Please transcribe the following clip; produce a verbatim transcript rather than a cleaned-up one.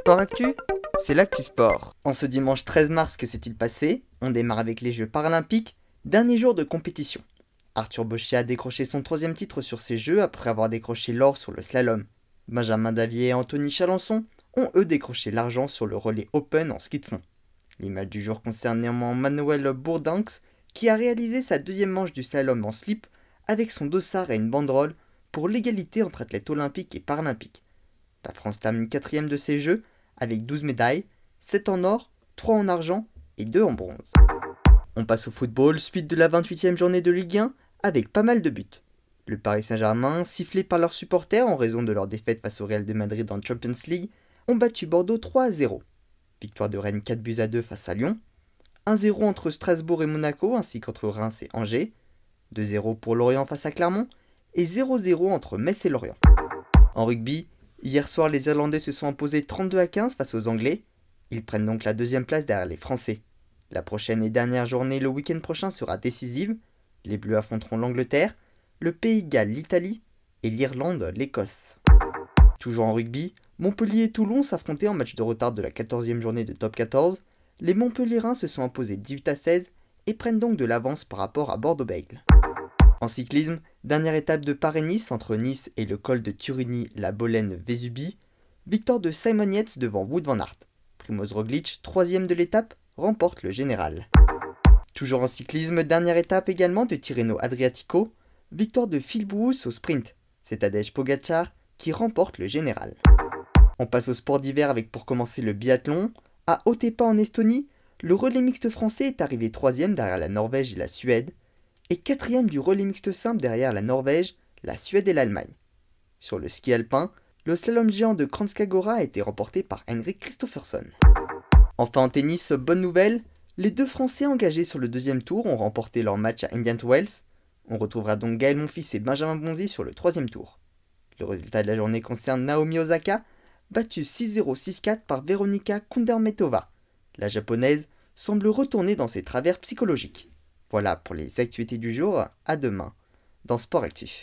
Sport Actu, c'est l'actu sport. En ce dimanche treize mars, que s'est-il passé? On démarre avec les Jeux paralympiques, dernier jour de compétition. Arthur Bauchier a décroché son troisième titre sur ces Jeux après avoir décroché l'or sur le slalom. Benjamin Davier et Anthony Chalençon ont eux décroché l'argent sur le relais open en ski de fond. L'image du jour concerne néanmoins Manuel Bourdanx qui a réalisé sa deuxième manche du slalom en slip avec son dossard et une banderole pour l'égalité entre athlètes olympiques et paralympiques. La France termine quatrième de ces Jeux avec douze médailles, sept en or, trois en argent et deux en bronze. On passe au football, suite de la vingt-huitième journée de Ligue un avec pas mal de buts. Le Paris Saint-Germain, sifflé par leurs supporters en raison de leur défaite face au Real de Madrid en Champions League, ont battu Bordeaux trois à zéro. Victoire de Rennes quatre buts à deux face à Lyon, un zéro entre Strasbourg et Monaco ainsi qu'entre Reims et Angers, deux zéro pour Lorient face à Clermont et zéro zéro entre Metz et Lorient. En rugby, hier soir les Irlandais se sont imposés trente-deux à quinze face aux Anglais. Ils prennent donc la deuxième place derrière les Français. La prochaine et dernière journée le week-end prochain sera décisive. Les Bleus affronteront l'Angleterre, le Pays de Galles l'Italie et l'Irlande l'Écosse. Toujours en rugby, Montpellier et Toulon s'affrontaient en match de retard de la quatorzième journée de top quatorze. Les Montpelliérains se sont imposés dix-huit à seize et prennent donc de l'avance par rapport à Bordeaux-Bègles. En cyclisme, dernière étape de Paris-Nice entre Nice et le col de Turini-la-Bolène-Vésubie, victoire de Simon Yates devant Wout van Aert. Primož Roglič, troisième de l'étape, remporte le général. Toujours en cyclisme, dernière étape également de Tirreno-Adriatico, victoire de Phil Bous au sprint. C'est Tadej Pogačar qui remporte le général. On passe au sport d'hiver avec pour commencer le biathlon. À Otepää en Estonie, le relais mixte français est arrivé troisième derrière la Norvège et la Suède, et quatrième du relais mixte simple derrière la Norvège, la Suède et l'Allemagne. Sur le ski alpin, le slalom géant de Kranjska a été remporté par Henrik Kristoffersson. Enfin en tennis, bonne nouvelle, les deux Français engagés sur le deuxième tour ont remporté leur match à Indian Wells. On retrouvera donc Gaël Monfils et Benjamin Bonzi sur le troisième tour. Le résultat de la journée concerne Naomi Osaka, battue six zéro six quatre par Veronika Kudermetova. La japonaise semble retourner dans ses travers psychologiques. Voilà pour les actualités du jour, à demain dans Sport Actu.